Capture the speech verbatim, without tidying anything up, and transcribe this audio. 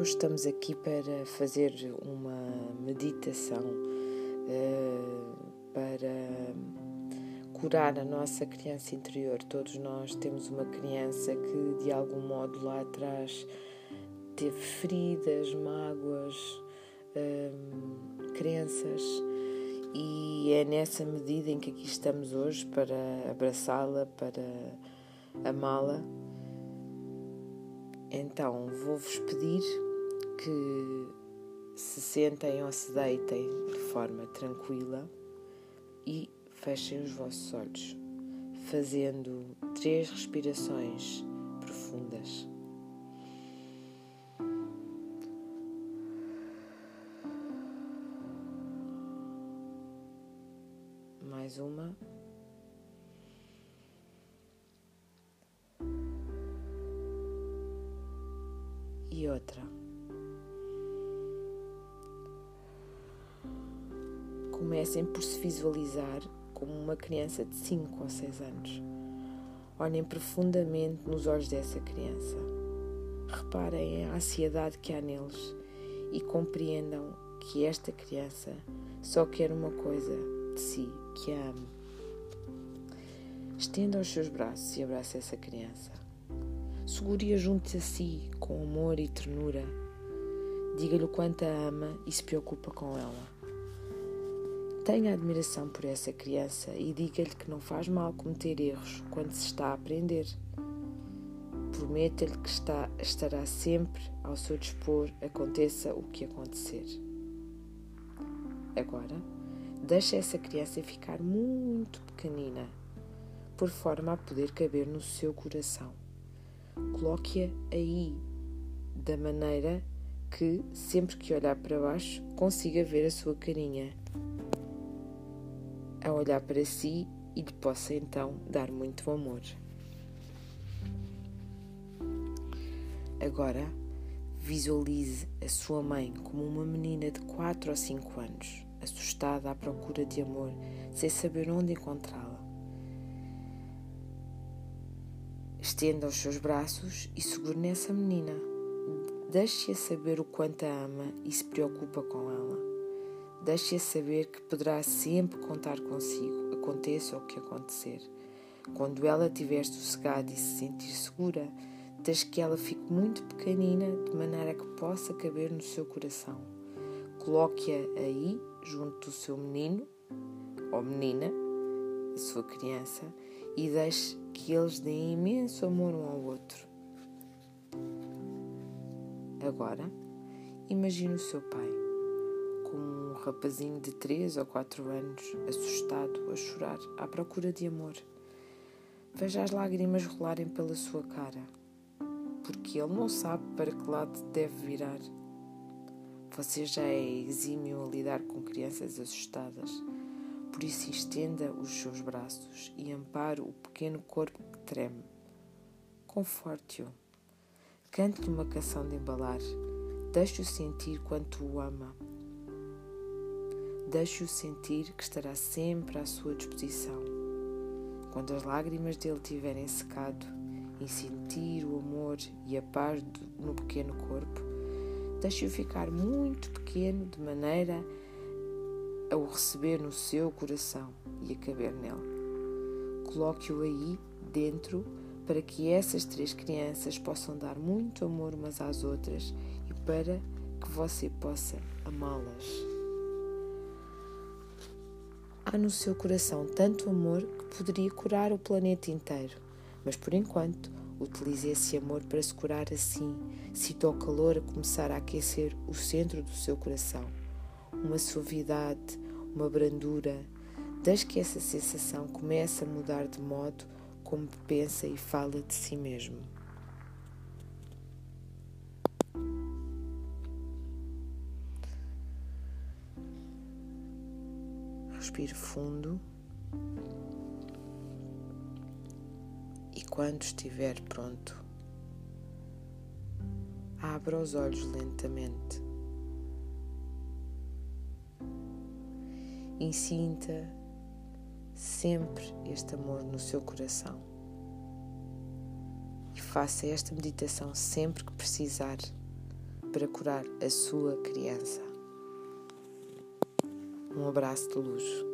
Hoje estamos aqui para fazer uma meditação uh, para curar a nossa criança interior. Todos nós temos uma criança que de algum modo lá atrás teve feridas, mágoas, uh, crenças, e é nessa medida em que aqui estamos hoje para abraçá-la, para amá-la. Então, vou-vos pedir que se sentem ou se deitem de forma tranquila e fechem os vossos olhos, fazendo três respirações profundas. Mais uma. E outra. Comecem por se visualizar como uma criança de cinco ou seis anos. Olhem profundamente nos olhos dessa criança. Reparem a ansiedade que há neles e compreendam que esta criança só quer uma coisa de si, que a ame. Estenda os seus braços e abrace essa criança. Segure-a junto a si, com amor e ternura. Diga-lhe o quanto a ama e se preocupa com ela. Tenha admiração por essa criança e diga-lhe que não faz mal cometer erros quando se está a aprender. Prometa-lhe que está, estará sempre ao seu dispor, aconteça o que acontecer. Agora, deixe essa criança ficar muito pequenina, por forma a poder caber no seu coração. Coloque-a aí, da maneira que, sempre que olhar para baixo, consiga ver a sua carinha, a olhar para si e lhe possa então dar muito amor. Agora, visualize a sua mãe como uma menina de quatro ou cinco anos, assustada à procura de amor, sem saber onde encontrá-la. Estenda os seus braços e segure nessa menina. Deixe-a saber o quanto a ama e se preocupa com ela. Deixe-a saber que poderá sempre contar consigo, aconteça o que acontecer. Quando ela estiver sossegada e se sentir segura, deixe que ela fique muito pequenina, de maneira que possa caber no seu coração. Coloque-a aí, junto do seu menino ou menina, a sua criança, e deixe que eles deem imenso amor um ao outro. Agora, imagine o seu pai, como um rapazinho de três ou quatro anos, assustado, a chorar, à procura de amor. Veja as lágrimas rolarem pela sua cara, porque ele não sabe para que lado deve virar. Você já é exímio a lidar com crianças assustadas. Por isso estenda os seus braços e ampare o pequeno corpo que treme. Conforte-o. Cante-lhe uma canção de embalar. Deixe-o sentir quanto o ama. Deixe-o sentir que estará sempre à sua disposição. Quando as lágrimas dele tiverem secado e sentir o amor e a paz no pequeno corpo, deixe-o ficar muito pequeno de maneira a o receber no seu coração e a caber nele. Coloque-o aí dentro para que essas três crianças possam dar muito amor umas às outras e para que você possa amá-las. Há no seu coração tanto amor que poderia curar o planeta inteiro, mas por enquanto utilize esse amor para se curar assim. Sinta o calor a começar a aquecer o centro do seu coração. Uma suavidade, uma brandura. Deixe que essa sensação comece a mudar de modo como pensa e fala de si mesmo. Respire fundo e quando estiver pronto, abra os olhos lentamente. E sinta sempre este amor no seu coração. E faça esta meditação sempre que precisar, para curar a sua criança. Um abraço de luz.